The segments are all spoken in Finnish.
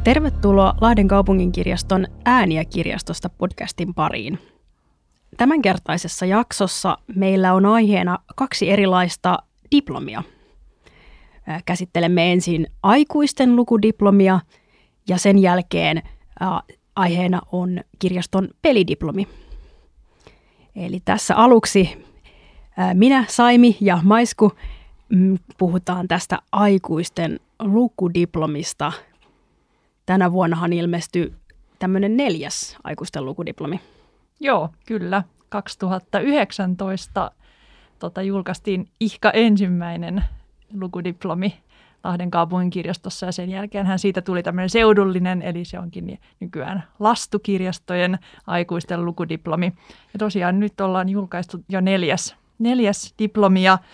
Tervetuloa Lahden kaupunginkirjaston Ääniä kirjastosta podcastin pariin. Tämänkertaisessa jaksossa meillä on aiheena 2 erilaista diplomia. Käsittelemme ensin aikuisten lukudiplomia ja sen jälkeen aiheena on kirjaston pelidiplomi. Eli tässä aluksi minä, Saimi ja Maisku puhutaan tästä aikuisten lukudiplomista. Tänä vuonnahan ilmestyi tämmöinen 4. aikuisten lukudiplomi. Joo, kyllä. 2019 julkaistiin ihka ensimmäinen lukudiplomi Lahden kaupunginkirjastossa ja sen jälkeenhän siitä tuli tämmöinen seudullinen, eli se onkin nykyään Lastu-kirjastojen aikuisten lukudiplomi. Ja tosiaan nyt ollaan julkaistu jo 4. diplomi ja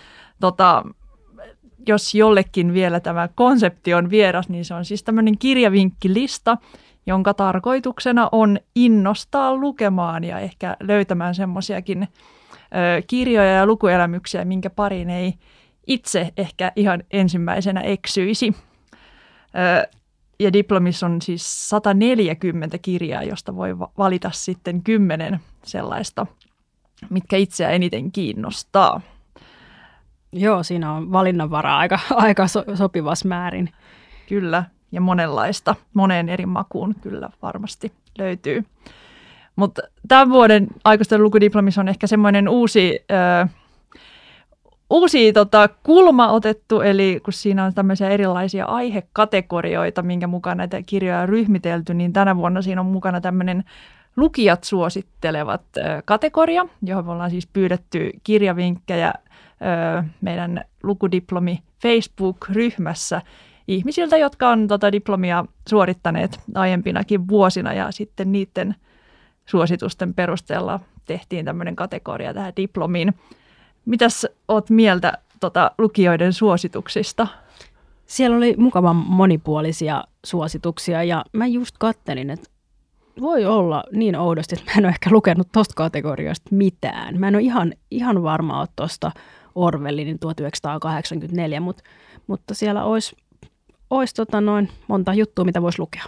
jos jollekin vielä tämä konsepti on vieras, niin se on siis tämmöinen kirjavinkkilista, jonka tarkoituksena on innostaa lukemaan ja ehkä löytämään semmoisiakin kirjoja ja lukuelämyksiä, minkä pariin ei itse ehkä ihan ensimmäisenä eksyisi. Ja diplomissa on siis 140 kirjaa, josta voi valita sitten 10 sellaista, mitkä itseä eniten kiinnostaa. Joo, siinä on valinnanvaraa aika sopivassa määrin. Kyllä, ja monenlaista, moneen eri makuun kyllä varmasti löytyy. Mutta tämän vuoden aikuisten lukudiplomissa on ehkä semmoinen uusi kulma otettu, eli kun siinä on tämmöisiä erilaisia aihekategorioita, minkä mukaan näitä kirjoja on ryhmitelty, niin tänä vuonna siinä on mukana tämmöinen lukijat suosittelevat kategoria, johon me ollaan siis pyydetty kirjavinkkejä meidän lukudiplomi Facebook-ryhmässä ihmisiltä, jotka on diplomia suorittaneet aiempinakin vuosina ja sitten niiden suositusten perusteella tehtiin tämmöinen kategoria tähän diplomiin. Mitäs oot mieltä lukijoiden suosituksista? Siellä oli mukavan monipuolisia suosituksia ja mä just kattelin, että voi olla niin oudosti, että mä en ole ehkä lukenut tuosta kategoriasta mitään. Mä en ole ihan varma ole tuosta Orwellin 1984, mutta siellä olisi monta juttua, mitä voisi lukea.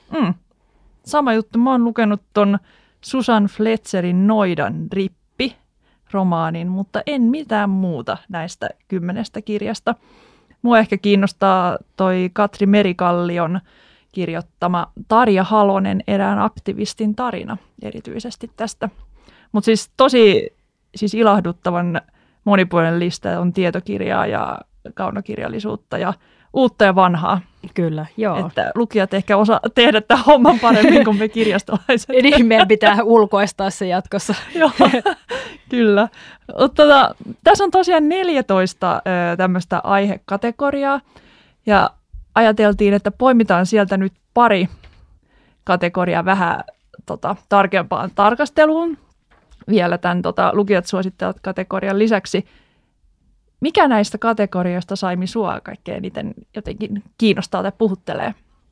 Sama juttu. Mä oon lukenut ton Susan Fletcherin Noidan Rippi-romaanin, mutta en mitään muuta näistä 10 kirjasta. Mua ehkä kiinnostaa toi Katri Merikallion kirjoittama Tarja Halonen, erään aktivistin tarina erityisesti tästä. Mutta siis tosi ilahduttavan monipuolinen lista on tietokirjaa ja kaunokirjallisuutta ja uutta ja vanhaa. Kyllä, joo. Että lukijat ehkä osaa tehdä tämän homman paremmin kuin me kirjastolaiset. Niin, meidän pitää ulkoistaa se jatkossa. Joo, kyllä. Tässä on tosiaan 14 tämmöistä aihekategoriaa ja ajateltiin, että poimitaan sieltä nyt pari kategoriaa vähän tarkempaan tarkasteluun vielä tämän lukijat suosittavat kategorian lisäksi. Mikä näistä kategorioista, Saimi, sua kaikkein eniten jotenkin kiinnostaa tai puhuttelee?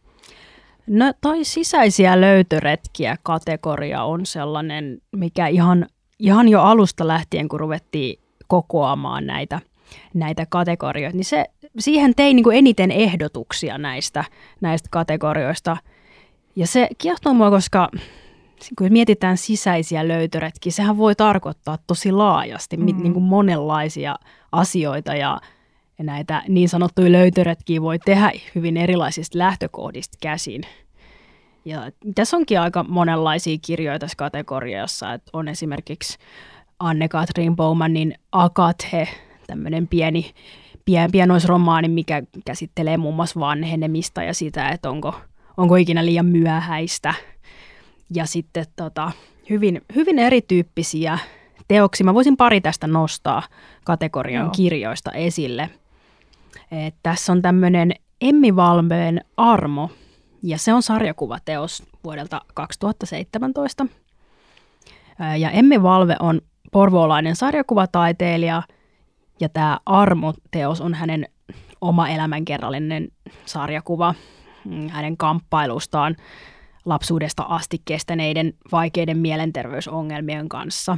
No toi sisäisiä löytöretkiä kategoria on sellainen, mikä ihan jo alusta lähtien, kun ruvettiin kokoamaan näitä kategorioita, niin siihen tein niin kuin eniten ehdotuksia näistä kategorioista. Ja se kiehtoo mua, koska kun mietitään sisäisiä löytöretkiä, sehän voi tarkoittaa tosi laajasti niin kuin monenlaisia asioita ja näitä niin sanottuja löytöretkiä voi tehdä hyvin erilaisista lähtökohdista käsin. Ja tässä onkin aika monenlaisia kirjoja tässä kategoriassa, että on esimerkiksi Anne-Katrin Bowmanin Agathe, tämmöinen pienoisromaani, mikä käsittelee muun muassa vanhenemista ja sitä, että onko ikinä liian myöhäistä. Ja sitten hyvin erityyppisiä teoksia. Mä voisin pari tästä nostaa kategorian kirjoista esille. Tässä on tämmöinen Emmi Walmeen Armo, ja se on sarjakuvateos vuodelta 2017. Ja Emmi Walve on porvoolainen sarjakuvataiteilija, ja tämä Armo-teos on hänen oma elämänkerrallinen sarjakuva hänen kamppailustaan lapsuudesta asti kestäneiden vaikeiden mielenterveysongelmien kanssa.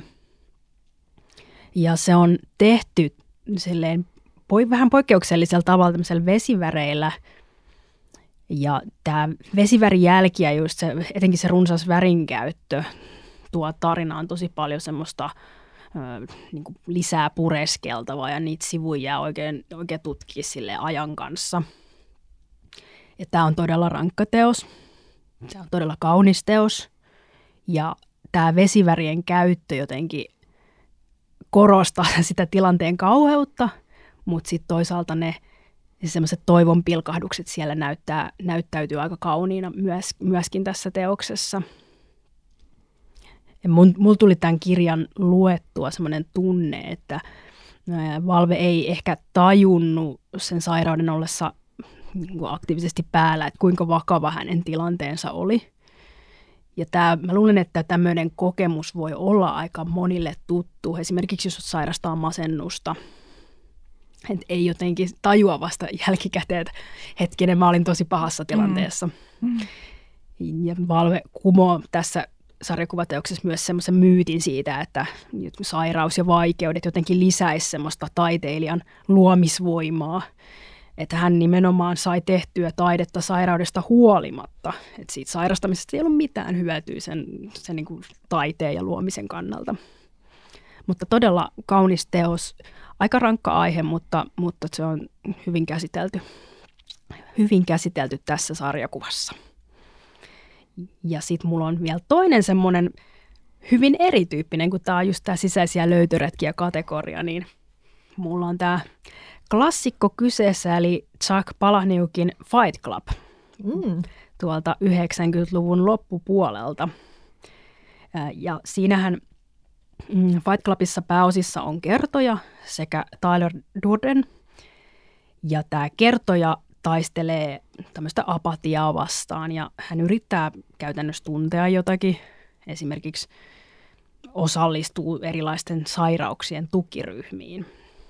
Ja se on tehty silleen vähän poikkeuksellisella tavalla tämmöisellä vesiväreillä Ja tämä vesivärijälki ja just etenkin se runsas värinkäyttö tuo tarinaan tosi paljon semmoista niin kuin lisää pureskeltavaa ja niitä sivuja jää oikein tutkia sille ajan kanssa. Ja tämä on todella rankka teos, tämä on todella kaunis teos ja tämä vesivärien käyttö jotenkin korostaa sitä tilanteen kauheutta, mutta sitten toisaalta ne semmoiset toivon pilkahdukset siellä näyttäytyy aika kauniina myöskin tässä teoksessa. Mulla tuli tämän kirjan luettua semmoinen tunne, että Valve ei ehkä tajunnut sen sairauden ollessa aktiivisesti päällä, että kuinka vakava hänen tilanteensa oli. Ja mä luulen, että tämmöinen kokemus voi olla aika monille tuttu, esimerkiksi jos sairastaa masennusta. Et ei jotenkin tajua vasta jälkikäteen, että hetkinen, mä olin tosi pahassa tilanteessa. Ja Valve kumoo tässä sarjakuvateoksessa myös semmoisen myytin siitä, että sairaus ja vaikeudet jotenkin lisäisi semmoista taiteilijan luomisvoimaa. Että hän nimenomaan sai tehtyä taidetta sairaudesta huolimatta. Että siitä sairastamisesta ei ollut mitään hyötyä sen niin kuin taiteen ja luomisen kannalta. Mutta todella kaunis teos, aika rankka aihe, mutta se on hyvin käsitelty tässä sarjakuvassa. Ja sitten mulla on vielä toinen semmoinen hyvin erityyppinen, kun tämä on just tämä sisäisiä löytöretkiä kategoria, niin mulla on tämä klassikko kyseessä, eli Chuck Palahniukin Fight Club tuolta 90-luvun loppupuolelta. Ja siinähän Fight Clubissa pääosissa on kertoja sekä Tyler Durden. Ja tämä kertoja taistelee tämmöistä apatiaa vastaan ja hän yrittää käytännössä tuntea jotakin. Esimerkiksi osallistuu erilaisten sairauksien tukiryhmiin.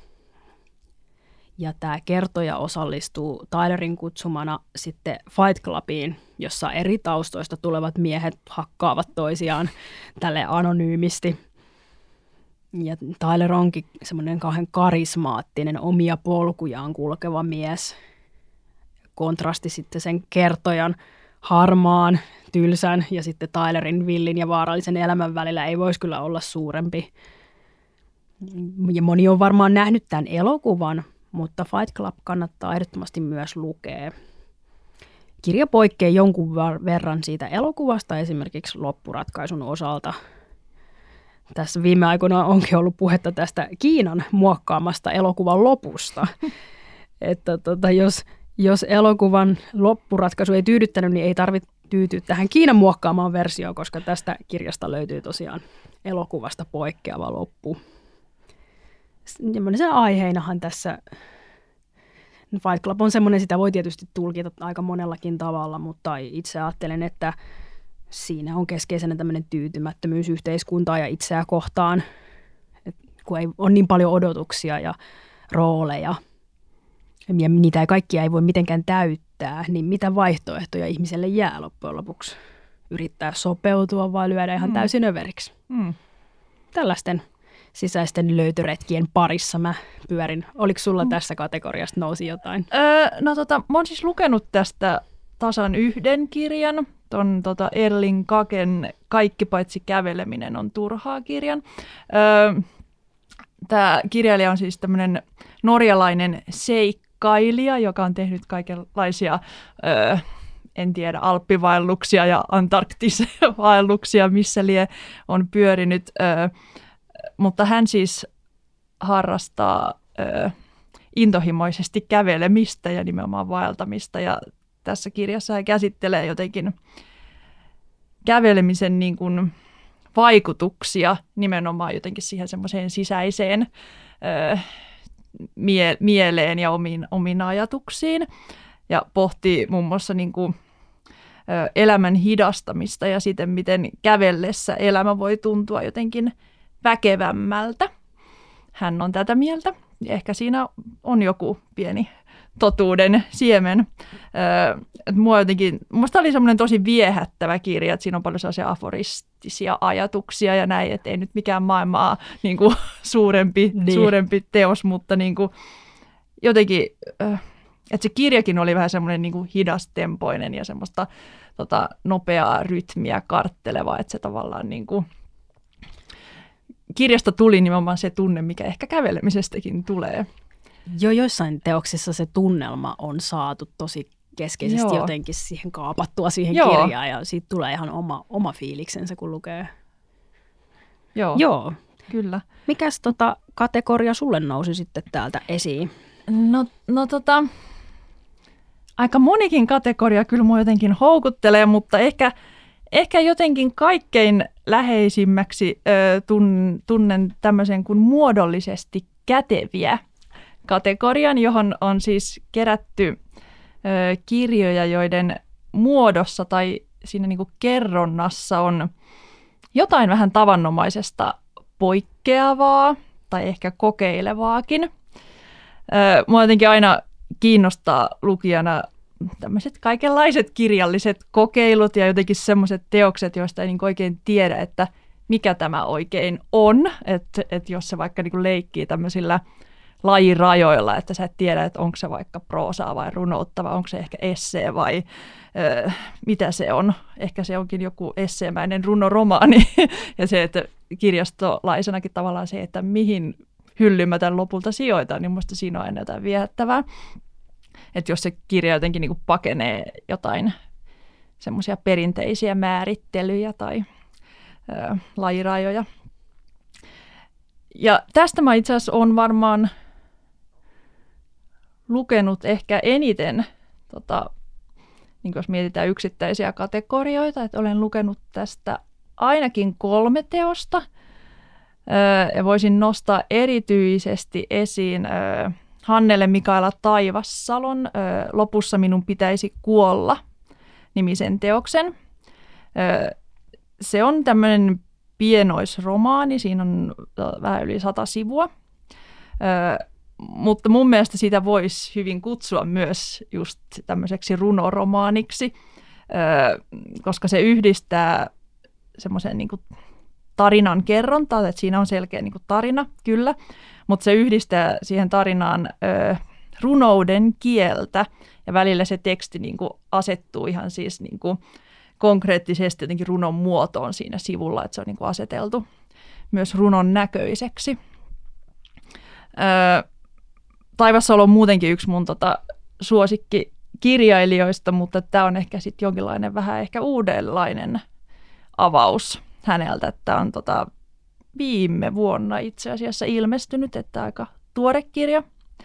Ja tämä kertoja osallistuu Tylerin kutsumana sitten Fight Clubiin, jossa eri taustoista tulevat miehet hakkaavat toisiaan tälle anonyymisti. Ja Tyler onkin semmoinen kauhean karismaattinen, omia polkujaan kulkeva mies. Kontrasti sitten sen kertojan harmaan, tylsän ja sitten Tylerin villin ja vaarallisen elämän välillä ei voisi kyllä olla suurempi. Ja moni on varmaan nähnyt tämän elokuvan, mutta Fight Club kannattaa ehdottomasti myös lukea. Kirja poikkeaa jonkun verran siitä elokuvasta, esimerkiksi loppuratkaisun osalta. Tässä viime aikoina onkin ollut puhetta tästä Kiinan muokkaamasta elokuvan lopusta. Että jos elokuvan loppuratkaisu ei tyydyttänyt, niin ei tarvitse tyytyä tähän Kiinan muokkaamaan versioon, koska tästä kirjasta löytyy tosiaan elokuvasta poikkeava loppu. Semmoinen aiheinahan tässä Fight Club on semmoinen, sitä voi tietysti tulkita aika monellakin tavalla, mutta itse ajattelen, että siinä on keskeisenä tämmöinen tyytymättömyys yhteiskuntaa ja itseä kohtaan, kun ei ole niin paljon odotuksia ja rooleja, ja niitä kaikkia ei voi mitenkään täyttää, niin mitä vaihtoehtoja ihmiselle jää loppujen lopuksi? Yrittää sopeutua vai lyödä ihan täysin överiksi? Tällaisten sisäisten löytöretkien parissa mä pyörin. Oliko sulla tässä kategoriasta nousi jotain? Mä oon siis lukenut tästä tasan yhden kirjan, ton Erling Kaken Kaikki paitsi käveleminen on turhaa -kirjan. Tämä kirjailija on siis tämmöinen norjalainen seikkailija, joka on tehnyt kaikenlaisia, en tiedä, alppivaelluksia ja antarktisvaelluksia, missä lie on pyörinyt. Mutta hän siis harrastaa intohimoisesti kävelemistä ja nimenomaan vaeltamista. Ja tässä kirjassa hän käsittelee jotenkin kävelemisen niin kuin vaikutuksia nimenomaan jotenkin siihen semmoiseen sisäiseen mieleen ja omiin ajatuksiin. Ja pohtii muun muassa niin kuin elämän hidastamista ja sitten miten kävellessä elämä voi tuntua jotenkin väkevämmältä. Hän on tätä mieltä. Ehkä siinä on joku pieni totuuden siemen. Minusta oli semmoinen tosi viehättävä kirja, että siinä on paljon sellaisia aforistisia ajatuksia ja näin, että ei nyt mikään maailmaa niin kuin suurempi teos, mutta niin kuin jotenkin Että se kirjakin oli vähän semmoinen niin kuin hidastempoinen ja semmoista nopeaa rytmiä karttelevaa, että se tavallaan niin kuin kirjasta tuli nimenomaan se tunne, mikä ehkä kävelemisestäkin tulee. Jo joissain teoksissa se tunnelma on saatu tosi keskeisesti jotenkin siihen kaapattua siihen kirjaan ja siitä tulee ihan oma fiiliksensä, kun lukee. Joo. Kyllä. Mikäs kategoria sulle nousi sitten täältä esiin? No aika monikin kategoria kyllä mua jotenkin houkuttelee, mutta ehkä jotenkin kaikkein läheisimmäksi tunnen tämmöisen kuin muodollisesti käteviä kategorian, johon on siis kerätty kirjoja, joiden muodossa tai siinä niin kuin kerronnassa on jotain vähän tavanomaisesta poikkeavaa tai ehkä kokeilevaakin. Mua jotenkin aina kiinnostaa lukijana tämmöiset kaikenlaiset kirjalliset kokeilut ja jotenkin semmoiset teokset, joista ei niin oikein tiedä, että mikä tämä oikein on. Että jos se vaikka niin leikkii tämmöisillä lajirajoilla, että sä et tiedä, että onko se vaikka proosaa vai runoutta vai onko se ehkä essee vai mitä se on. Ehkä se onkin joku esseemäinen runoromaani ja se, että kirjastolaisenakin tavallaan se, että mihin hyllyyn mä tämän lopulta sijoitan, niin musta siinä on aina jotain viehättävää. Että jos se kirja jotenkin niin kuin pakenee jotain semmoisia perinteisiä määrittelyjä tai lajirajoja. Ja tästä mä itse asiassa olen varmaan lukenut ehkä eniten, niin jos mietitään yksittäisiä kategorioita, että olen lukenut tästä ainakin 3 teosta. Ja voisin nostaa erityisesti esiin Hannele Mikaela Taivassalon Lopussa minun pitäisi kuolla -nimisen teoksen. Se on tämmöinen pienoisromaani, siinä on vähän yli 100 sivua, mutta mun mielestä sitä voisi hyvin kutsua myös just tämmöiseksi runoromaaniksi, koska se yhdistää semmoisen niin kuin tarinan kerrontaa, että siinä on selkeä niin kuin tarina, kyllä, mutta se yhdistää siihen tarinaan runouden kieltä ja välillä se teksti niin kuin asettuu ihan siis niin kuin konkreettisesti jotenkin runon muotoon siinä sivulla, että se on niin kuin aseteltu myös runon näköiseksi. Taivassalo on muutenkin yksi mun suosikkikirjailijoista, mutta tämä on ehkä sitten jonkinlainen vähän ehkä uudenlainen avaus häneltä. Tämä on viime vuonna itse asiassa ilmestynyt, että aika tuore kirja.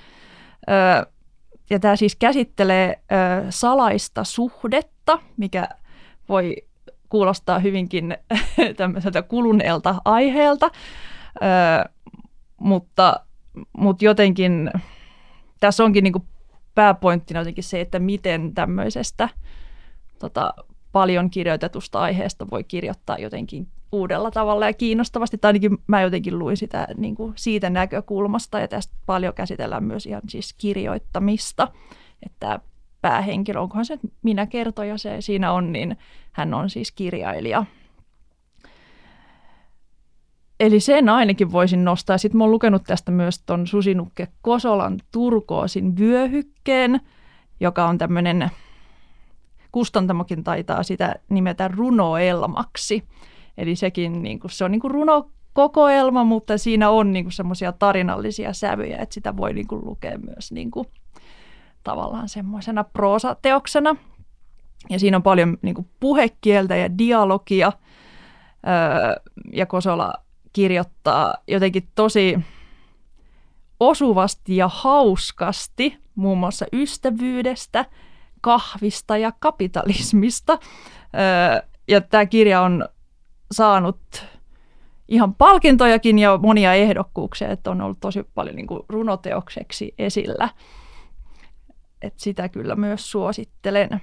Ja tämä siis käsittelee salaista suhdetta, mikä voi kuulostaa hyvinkin tämmöiseltä kuluneelta aiheelta, mutta jotenkin tässä onkin niinku pääpointtina jotenkin se, että miten tämmöisestä paljon kirjoitetusta aiheesta voi kirjoittaa jotenkin uudella tavalla ja kiinnostavasti. Tai ainakin mä jotenkin luin sitä niinku siitä näkökulmasta ja tästä paljon käsitellään myös ihan siis kirjoittamista, että päähenkilö, onkohan se minä kertoja se siinä on, niin hän on siis kirjailija. Eli sen ainakin voisin nostaa. Sitten mä oon lukenut tästä myös ton Susinukke Kosolan Turkoosin vyöhykkeen, joka on tämmöinen, kustantamokin taitaa sitä nimetä runoelmaksi. Eli sekin, niin kuin, se on niin kuin runokokoelma, mutta siinä on niin kuin semmoisia tarinallisia sävyjä, että sitä voi niin kuin lukea myös niin kuin tavallaan semmoisena proosateoksena. Ja siinä on paljon niin kuin puhekieltä ja dialogia. Ja Kosola kirjoittaa jotenkin tosi osuvasti ja hauskasti muun muassa ystävyydestä, kahvista ja kapitalismista. Ja tämä kirja on saanut ihan palkintojakin ja monia ehdokkuuksia, että on ollut tosi paljon niin kuin runoteokseksi esillä. Et sitä kyllä myös suosittelen.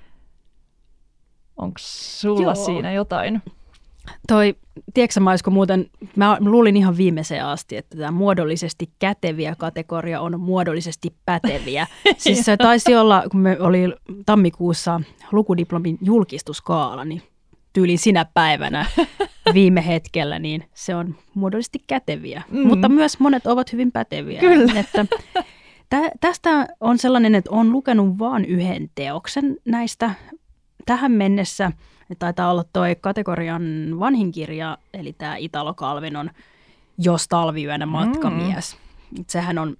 Onko sulla siinä jotain? Tiedätkö mä olisiko muuten, mä luulin ihan viimeiseen asti, että tämä muodollisesti käteviä kategoria on muodollisesti päteviä. Siis se taisi olla, kun me oli tammikuussa lukudiplomin julkistuskaala, niin tyyliin sinä päivänä viime hetkellä, niin se on muodollisesti käteviä. Mutta myös monet ovat hyvin päteviä. Kyllä. Että Tästä on sellainen, että olen lukenut vain yhden teoksen näistä tähän mennessä. Taitaa olla toi kategorian vanhin kirja, eli tämä Italo Calvinon Jos talviyönä matkamies. Sehän on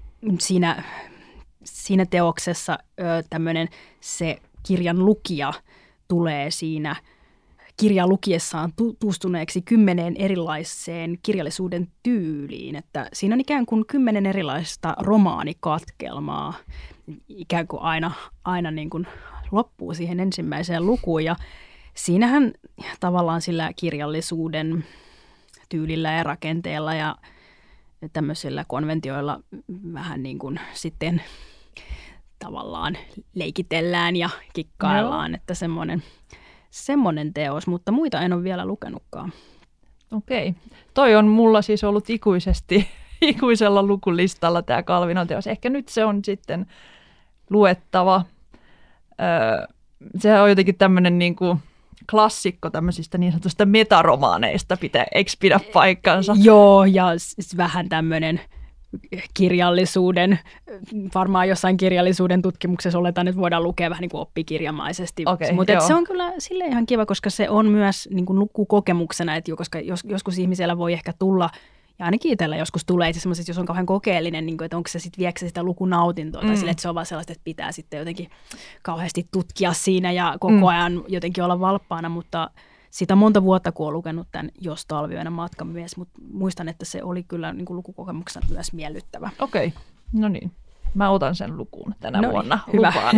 siinä teoksessa tämmöinen se kirjan lukija tulee siinä kirjan lukiessaan tutustuneeksi 10 erilaiseen kirjallisuuden tyyliin. Että siinä on ikään kuin 10 erilaista romaanikatkelmaa, ikään kuin aina niin kuin loppuu siihen ensimmäiseen lukuun. Ja siinähän tavallaan sillä kirjallisuuden tyylillä ja rakenteella ja tämmöisillä konventioilla vähän niin kuin sitten tavallaan leikitellään ja kikkaillaan, että semmoinen teos, mutta muita en ole vielä lukenutkaan. Okei. Toi on mulla siis ollut ikuisella lukulistalla tämä Calvinon teos. Ehkä nyt se on sitten luettava. Sehän on jotenkin tämmöinen niin kuin klassikko tämmöisistä niin sanotusta metaromaaneista, eikö pidä paikkansa? Joo, ja vähän tämmöinen kirjallisuuden, varmaan jossain kirjallisuuden tutkimuksessa oletaan, että voidaan lukea vähän niin kuin oppikirjamaisesti. Mutta se on kyllä sille ihan kiva, koska se on myös niin kuin lukukokemuksena, että koska joskus ihmisellä voi ehkä tulla, ja ainakin itsellä joskus tulee semmoiset, jos on kauhean kokeellinen, niin kuin, että onko se sitten viekö se sitä lukunautintoa, tai sille, että se on vaan sellaista, että pitää sitten jotenkin kauheasti tutkia siinä ja koko ajan jotenkin olla valppaana, mutta siitä monta vuotta, kun olen lukenut tämän Jos talviyönä matkamies, mutta muistan, että se oli kyllä niin kuin lukukokemuksena myös miellyttävä. Okei, no niin. Mä otan sen lukuun tänä vuonna. Hyvä. Lupaan.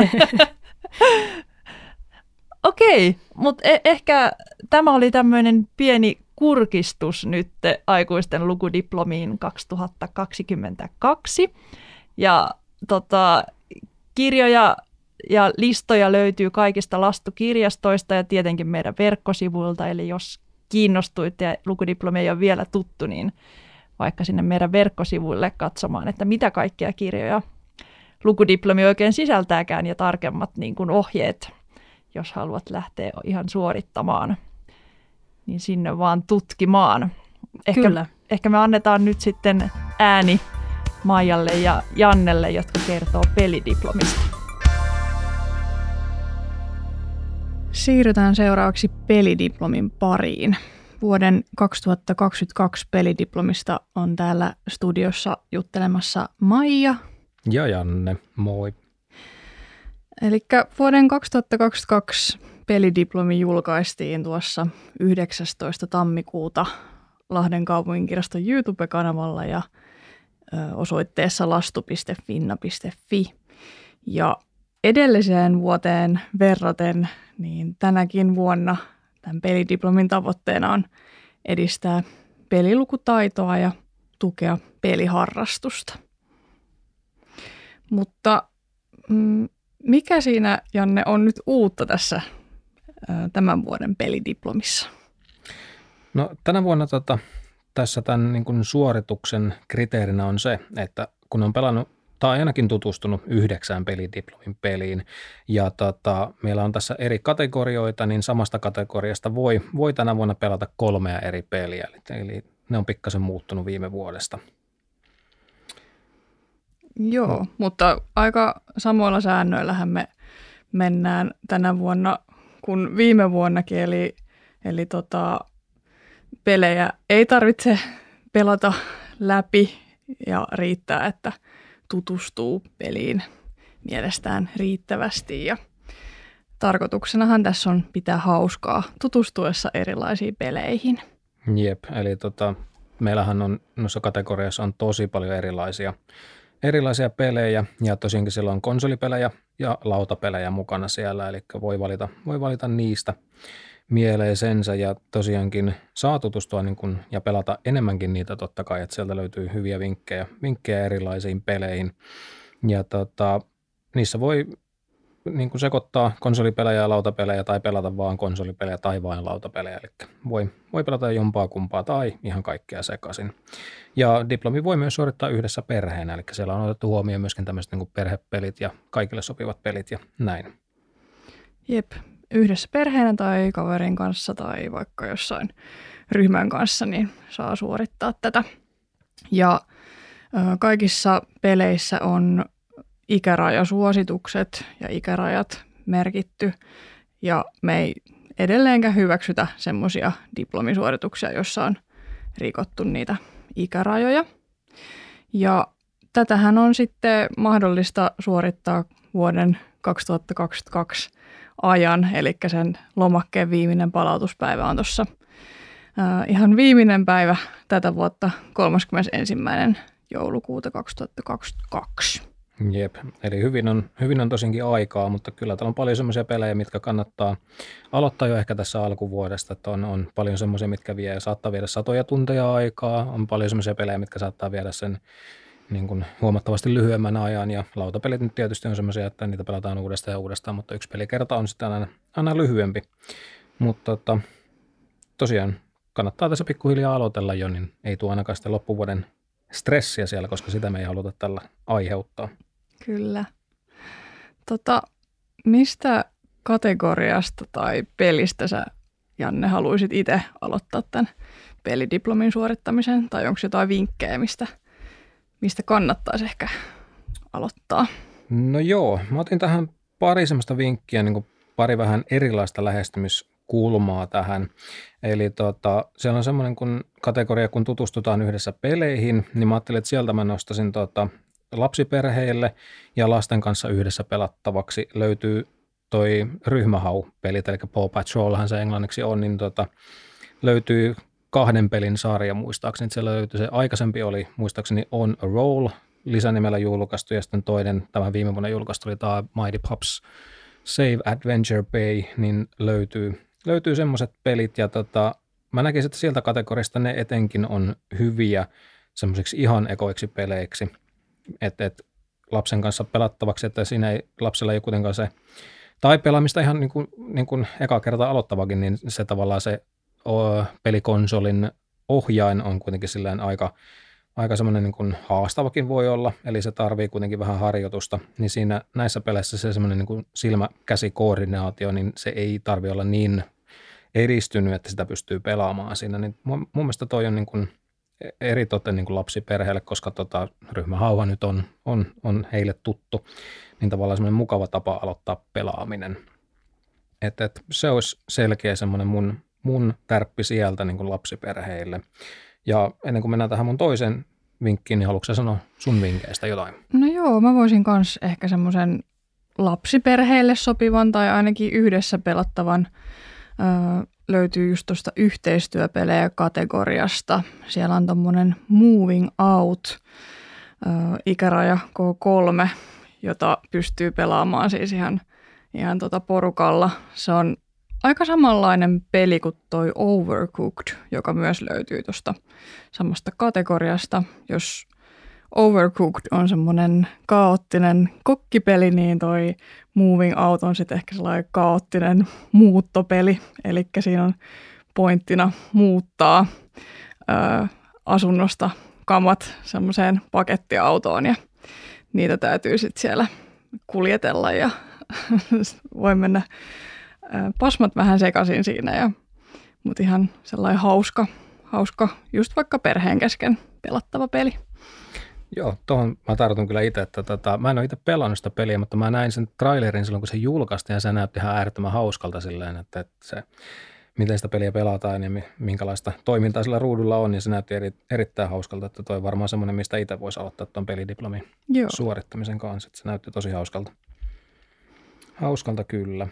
Okei, mutta ehkä tämä oli tämmöinen pieni kurkistus nyt aikuisten lukudiplomiin 2022. Ja kirjoja ja listoja löytyy kaikista Lastu-kirjastoista ja tietenkin meidän verkkosivuilta. Eli jos kiinnostuitte ja lukudiplomi ei ole vielä tuttu, niin vaikka sinne meidän verkkosivuille katsomaan, että mitä kaikkia kirjoja lukudiplomi oikein sisältääkään ja tarkemmat niin kuin ohjeet, jos haluat lähteä ihan suorittamaan, niin sinne vaan tutkimaan. Ehkä me annetaan nyt sitten ääni Maijalle ja Jannelle, jotka kertoo pelidiplomista. Siirrytään seuraavaksi pelidiplomin pariin. Vuoden 2022 pelidiplomista on täällä studiossa juttelemassa Maija. Ja Janne, moi. Elikkä vuoden 2022 pelidiplomi julkaistiin tuossa 19. tammikuuta Lahden kaupunginkirjaston YouTube-kanavalla ja osoitteessa lastu.finna.fi. Ja edelliseen vuoteen verraten, niin tänäkin vuonna tämän pelidiplomin tavoitteena on edistää pelilukutaitoa ja tukea peliharrastusta. Mutta mikä siinä, Janne, on nyt uutta tässä tämän vuoden pelidiplomissa? No tänä vuonna tässä tämän niin kuin suorituksen kriteerinä on se, että kun on pelannut tai ainakin tutustunut 9 pelidiplomin peliin ja meillä on tässä eri kategorioita, niin samasta kategoriasta voi tänä vuonna pelata 3 eri peliä, eli ne on pikkasen muuttunut viime vuodesta. Joo, mutta aika samoilla säännöillähän me mennään tänä vuonna kuin viime vuonnakin, eli pelejä ei tarvitse pelata läpi ja riittää, että tutustuu peliin mielestään riittävästi. Ja tarkoituksenahan tässä on pitää hauskaa tutustuessa erilaisiin peleihin. Jep, eli meillähän on noissa kategoriassa on tosi paljon erilaisia pelejä ja tosiaankin siellä on konsolipelejä ja lautapelejä mukana siellä, eli voi valita niistä mieleisensä ja tosiaankin saa tutustua niin kun, ja pelata enemmänkin niitä totta kai, että sieltä löytyy hyviä vinkkejä erilaisiin peleihin ja niissä voi niin kun sekoittaa konsolipelejä ja lautapelejä tai pelata vaan konsolipelejä tai vain lautapelejä, eli voi pelata jompaa kumpaa tai ihan kaikkea sekaisin. Ja diplomi voi myös suorittaa yhdessä perheenä, eli siellä on otettu huomioon myöskin tämmöiset niin kuin perhepelit ja kaikille sopivat pelit ja näin. Jep, yhdessä perheenä tai kaverin kanssa tai vaikka jossain ryhmän kanssa, niin saa suorittaa tätä. Ja Kaikissa peleissä on ikärajasuositukset ja ikärajat merkitty, ja me ei edelleenkään hyväksytä semmoisia diplomisuorituksia, joissa on rikottu niitä ikärajoja. Ja tätähän on sitten mahdollista suorittaa vuoden 2022 ajan, eli sen lomakkeen viimeinen palautuspäivä on tuossa ihan viimeinen päivä tätä vuotta, 31. joulukuuta 2022. Jep, eli hyvin on tosinkin aikaa, mutta kyllä täällä on paljon semmoisia pelejä, mitkä kannattaa aloittaa jo ehkä tässä alkuvuodesta, että on paljon semmoisia, mitkä saattaa viedä satoja tunteja aikaa, on paljon semmoisia pelejä, mitkä saattaa viedä sen niin kuin huomattavasti lyhyemmän ajan, ja lautapelit nyt tietysti on semmoisia, että niitä pelataan uudestaan ja uudestaan, mutta yksi pelikerta on sitten aina lyhyempi, mutta tosiaan kannattaa tässä pikkuhiljaa aloitella jo, niin ei tule ainakaan sitten loppuvuoden stressiä siellä, koska sitä me ei haluta tällä aiheuttaa. Kyllä. Mistä kategoriasta tai pelistä sä, Janne, haluaisit itse aloittaa tämän pelidiplomin suorittamisen? Tai onko jotain vinkkejä, mistä kannattaisi ehkä aloittaa? No joo, mä otin tähän pari semmoista vinkkiä, niin kuin pari vähän erilaista lähestymiskulmaa tähän. Eli siellä on semmoinen kategoria, kun tutustutaan yhdessä peleihin, niin mä ajattelin, että sieltä mä nostasin lapsiperheille ja lasten kanssa yhdessä pelattavaksi löytyy toi ryhmähau-pelit, eli Paw Patrolhan se englanniksi on, niin löytyy 2 pelin sarja muistaakseni. Siellä löytyy se aikaisempi oli muistaakseni On a Roll lisänimellä julkaistu, ja sitten toinen tämän viime vuonna julkaistu oli tämä Mighty Pups Save Adventure Bay, niin löytyy semmoiset pelit, ja mä näkisin, että sieltä kategorista ne etenkin on hyviä semmoisiksi ihan ekoiksi peleiksi, että lapsen kanssa pelattavaksi, että siinä ei lapsella ei kuitenkaan se, tai pelaamista ihan niin kuin eka kertaa aloittavakin, niin se tavallaan se pelikonsolin ohjain on kuitenkin silleen aika semmoinen niin kuin haastavakin voi olla, eli se tarvii kuitenkin vähän harjoitusta, niin näissä peleissä se semmoinen niin kuin silmä-käsikoordinaatio, niin se ei tarvitse olla niin edistynyt, että sitä pystyy pelaamaan siinä, niin mun mielestä toi on niin kuin eritoten niin kuin lapsiperheelle, koska ryhmähauha nyt on heille tuttu, niin tavallaan semmoinen mukava tapa aloittaa pelaaminen. Et se olisi selkeä semmoinen mun tärppi sieltä niin kuin lapsiperheille. Ja ennen kuin mennään tähän mun toisen vinkkiin, niin haluatko sä sanoa sun vinkkeistä jotain? No joo, mä voisin kans ehkä semmoisen lapsiperheille sopivan tai ainakin yhdessä pelattavan. Löytyy just tuosta yhteistyöpelejä kategoriasta. Siellä on tommonen Moving Out, ikäraja K3, jota pystyy pelaamaan siis ihan porukalla. Se on aika samanlainen peli kuin toi Overcooked, joka myös löytyy tuosta samasta kategoriasta. Jos Overcooked on semmoinen kaoottinen kokkipeli, niin toi Moving Out on sitten ehkä sellainen kaoottinen muuttopeli. Eli siinä on pointtina muuttaa asunnosta kamat semmoiseen pakettiautoon ja niitä täytyy sitten siellä kuljetella ja voi mennä pasmat vähän sekaisin siinä, mutta ihan sellainen hauska, just vaikka perheen kesken pelattava peli. Joo, tuohon mä tartun kyllä itse, että mä en ole itse pelannut sitä peliä, mutta mä näin sen trailerin silloin, kun se julkaistiin, ja se näytti ihan äärettömän hauskalta silleen, että se, miten sitä peliä pelataan ja minkälaista toimintaa sillä ruudulla on, niin se näytti erittäin hauskalta, että toi varmaan semmoinen, mistä itse voisi aloittaa tuon pelidiplomin suorittamisen kanssa, että se näytti tosi hauskalta. Hauskalta kyllä.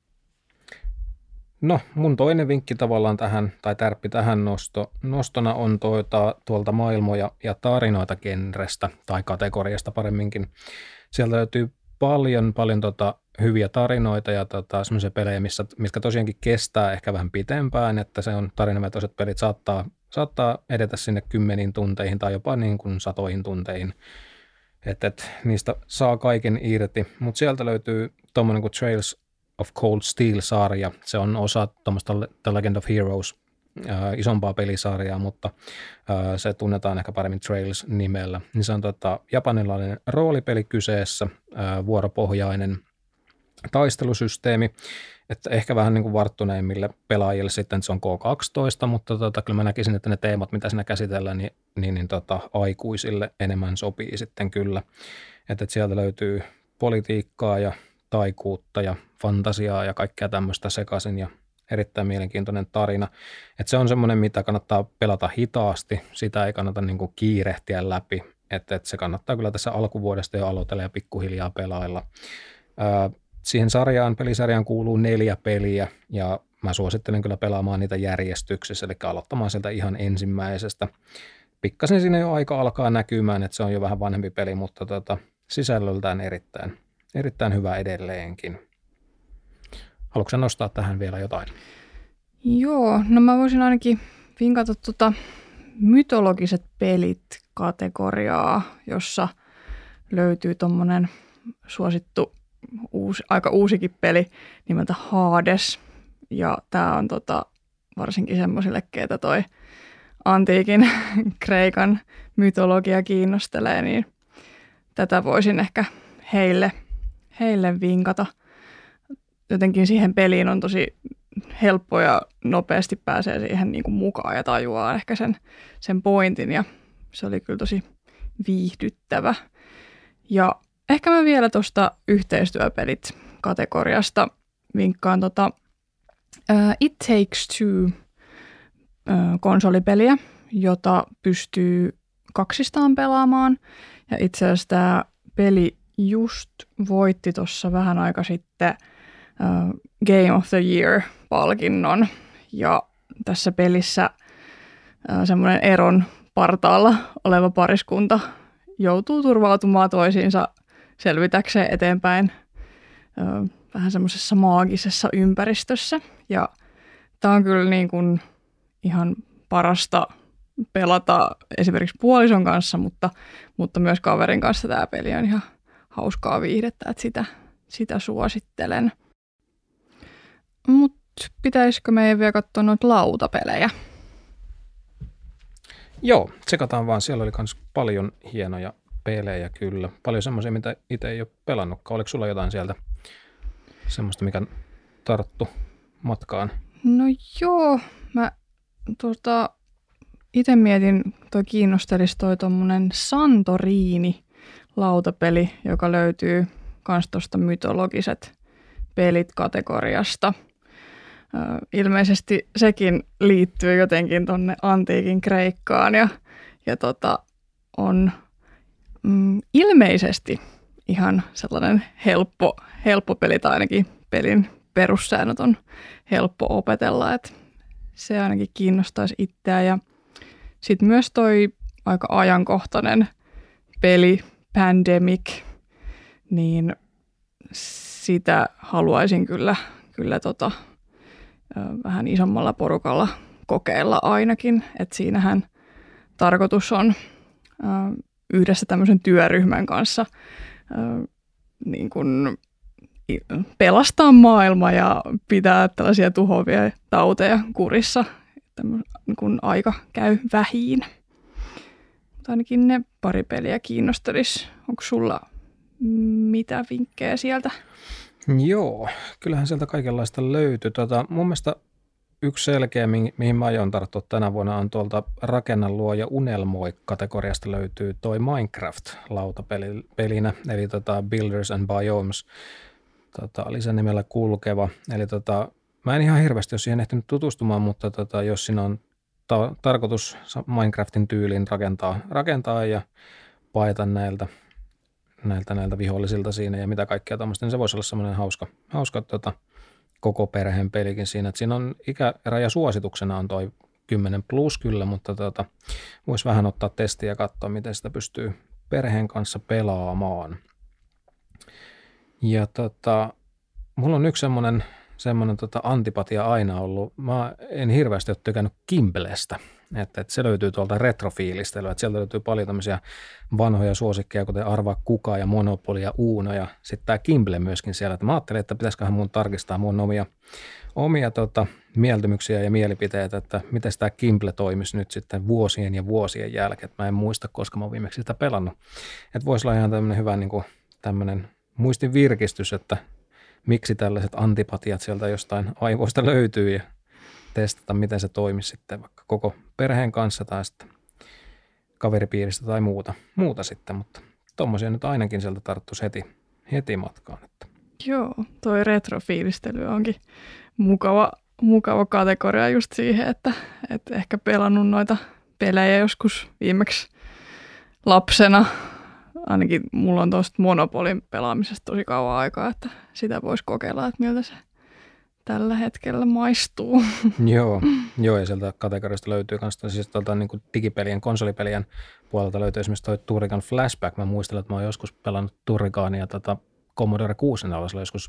No, mun toinen vinkki tavallaan tähän, tai tärppi tähän nostona on tuolta maailmoja ja tarinoita genrestä, tai kategoriasta paremminkin. Sieltä löytyy paljon hyviä tarinoita ja semmoisia pelejä, mitkä tosiaankin kestää ehkä vähän pitempään, että se on tarinavetoiset pelit saattaa edetä sinne 10 tunteihin tai jopa niin kuin 100 tunteihin. Että niistä saa kaiken irti, mutta sieltä löytyy tuommoinen kuin Trails of Cold Steel-sarja. Se on osa tuommoista The Legend of Heroes isompaa pelisarjaa, mutta se tunnetaan ehkä paremmin Trails-nimellä. Niin se on japanilainen roolipeli kyseessä, vuoropohjainen taistelusysteemi. Että ehkä vähän niin kuin varttuneimmille pelaajille sitten se on K12, mutta kyllä mä näkisin, että ne teemat, mitä siinä käsitellään, niin aikuisille enemmän sopii sitten kyllä. Että sieltä löytyy politiikkaa ja taikuutta ja fantasiaa ja kaikkea tämmöistä sekaisin ja erittäin mielenkiintoinen tarina. Että se on semmoinen, mitä kannattaa pelata hitaasti, sitä ei kannata niin kuin kiirehtiä läpi, että se kannattaa kyllä tässä alkuvuodesta jo aloitella ja pikkuhiljaa pelailla. Siihen pelisarjaan kuuluu 4 peliä ja mä suosittelen kyllä pelaamaan niitä järjestyksessä, eli aloittamaan sieltä ihan ensimmäisestä. Pikkasen siinä jo aika alkaa näkymään, että se on jo vähän vanhempi peli, mutta sisällöltään erittäin hyvä edelleenkin. Haluatko sä nostaa tähän vielä jotain? Joo, no mä voisin ainakin vinkata mytologiset pelit kategoriaa, jossa löytyy tommonen suosittu aika uusikin peli nimeltä Hades. Ja tää on varsinkin semmoisille, keitä toi antiikin Kreikan mytologia kiinnostelee, niin tätä voisin ehkä heille vinkata. Jotenkin siihen peliin on tosi helppo ja nopeasti pääsee siihen niin kuin mukaan ja tajuaa ehkä sen pointin ja se oli kyllä tosi viihdyttävä. Ja ehkä mä vielä tuosta yhteistyöpelit kategoriasta vinkkaan It Takes Two konsolipeliä, jota pystyy kaksistaan pelaamaan. Ja itse asiassa tämä peli just voitti tuossa vähän aika sitten Game of the Year-palkinnon. Ja tässä pelissä semmoinen eron partaalla oleva pariskunta joutuu turvautumaan toisiinsa selvitäkseen eteenpäin vähän semmoisessa maagisessa ympäristössä. Ja tämä on kyllä niin kuin ihan parasta pelata esimerkiksi puolison kanssa, mutta myös kaverin kanssa tämä peli on ihan hauskaa viihdettä, että sitä suosittelen. Mutta pitäisikö meidän vielä katsoa noita lautapelejä? Joo, tsekataan vaan. Siellä oli myös paljon hienoja pelejä kyllä. Paljon semmoisia, mitä itse ei ole pelannutkaan. Oliko sulla jotain sieltä semmoista, mikä tarttu matkaan? No joo, mä itse mietin, kiinnostelisi tommonen Santorini-lautapeli, joka löytyy kans tuosta mytologiset pelit kategoriasta. Ilmeisesti sekin liittyy jotenkin tonne antiikin Kreikkaan ja on ilmeisesti ihan sellainen helppo peli, tai ainakin pelin perussäännöt on helppo opetella, että se ainakin kiinnostaisi itseä. Ja sitten myös toi aika ajankohtainen peli Pandemic, niin sitä haluaisin kyllä vähän isommalla porukalla kokeilla ainakin, että siinähän tarkoitus on yhdessä tämmöisen työryhmän kanssa niin kuin pelastaa maailma ja pitää tällaisia tuhoavia tauteja kurissa, kun aika käy vähiin. Mutta ainakin ne pari peliä kiinnostelisi. Onko sulla mitä vinkkejä sieltä? Joo, kyllähän sieltä kaikenlaista löytyy. Mun mielestä yksi selkeä, mihin mä aion tarttua tänä vuonna, on tuolta Rakenna, luo ja unelmoi-kategoriasta löytyy toi Minecraft-lautapelinä, eli Builders and Biomes lisänimellä kulkeva. Eli mä en ihan hirveästi ole siihen ehtinyt tutustumaan, mutta jos siinä on tarkoitus Minecraftin tyyliin rakentaa ja paeta näiltä vihollisilta siinä ja mitä kaikkea tämmöistä, niin se voisi olla semmoinen hauska koko perheen pelikin siinä. Että siinä on ikäraja suosituksena on toi 10 plus kyllä, mutta voisi vähän ottaa testiä ja katsoa, miten sitä pystyy perheen kanssa pelaamaan. Ja mulla on yksi semmoinen antipatia aina ollut. Mä en hirveästi ole tykännyt Kimblestä. Että se löytyy tuolta retrofiilistelyä, että sieltä löytyy paljon tämmöisiä vanhoja suosikkeja, kuten Arvaa kuka ja Monopoly ja Uno ja sitten tämä Kimble myöskin siellä. Että mä ajattelin, että pitäisiköhän mun tarkistaa mun omia mieltymyksiä ja mielipiteitä, että miten tämä Kimble toimisi nyt sitten vuosien ja vuosien jälkeen. Että mä en muista, koska mä oon viimeksi sitä pelannut. Että voisi olla ihan tämmöinen hyvä niin kuin tämmöinen muistin virkistys, että miksi tällaiset antipatiat sieltä jostain aivoista löytyy ja testata, miten se toimisi sitten vaikka koko perheen kanssa tai sitten kaveripiiristä tai muuta sitten, mutta tommosia nyt ainakin sieltä tarttuisi heti matkaan. Että. Joo, toi retrofiilistely onkin mukava kategoria just siihen, että ehkä pelannut noita pelejä joskus viimeksi lapsena. Ainakin mulla on tuosta Monopolin pelaamisesta tosi kauan aikaa, että sitä voisi kokeilla, että miltä se tällä hetkellä maistuu. Joo, ja sieltä kategoriasta löytyy myös siis niin kuin digipelien, konsolipelien puolelta löytyy esimerkiksi toi Turrican Flashback. Mä muistelen, että mä oon joskus pelannut Turricania Commodore 64, se oli joskus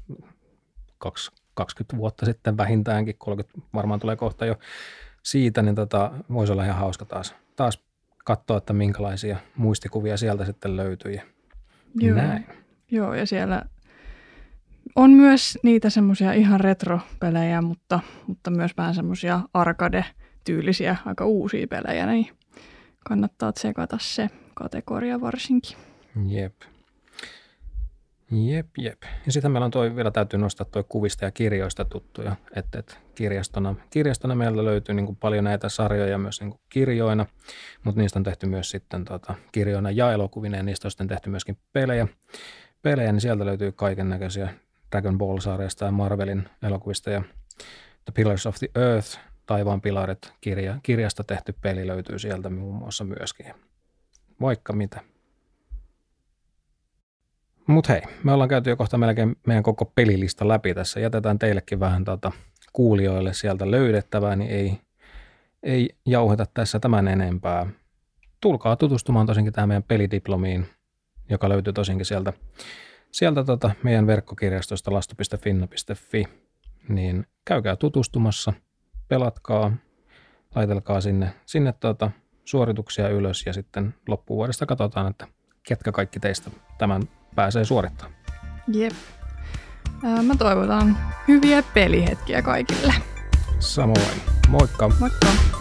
20 vuotta sitten vähintäänkin, 30 varmaan tulee kohta jo siitä, niin voisi olla ihan hauska taas katsoa, että minkälaisia muistikuvia sieltä sitten löytyy. Näin. Joo, ja siellä on myös niitä semmoisia ihan retro-pelejä, mutta myös vähän semmoisia arcade-tyylisiä, aika uusia pelejä, niin kannattaa tsekata se kategoria varsinkin. Jep. Ja sitten meillä on vielä täytyy nostaa kuvista ja kirjoista tuttuja, että kirjastona meillä löytyy niin kuin paljon näitä sarjoja myös niin kuin kirjoina, mutta niistä on tehty myös sitten kirjoina ja elokuvina, ja niistä on sitten tehty myöskin pelejä, niin sieltä löytyy kaiken näköisiä Dragon Ball-sarjasta ja Marvelin elokuvista ja The Pillars of the Earth, Taivaan pilarit kirjasta tehty peli löytyy sieltä muun muassa myöskin. Vaikka mitä. Mutta hei, me ollaan käyty jo kohta melkein meidän koko pelilista läpi tässä. Jätetään teillekin vähän kuulijoille sieltä löydettävää, niin ei jauheta tässä tämän enempää. Tulkaa tutustumaan tosinkin tähän meidän pelidiplomiin, joka löytyy tosinkin sieltä meidän verkkokirjastosta lastu.finna.fi. Niin käykää tutustumassa, pelatkaa, laitelkaa sinne suorituksia ylös ja sitten loppuvuodesta katsotaan, että ketkä kaikki teistä tämän pääsee suorittamaan. Jep. Mä toivotan hyviä pelihetkiä kaikille. Samoin. Moikka! Moikka!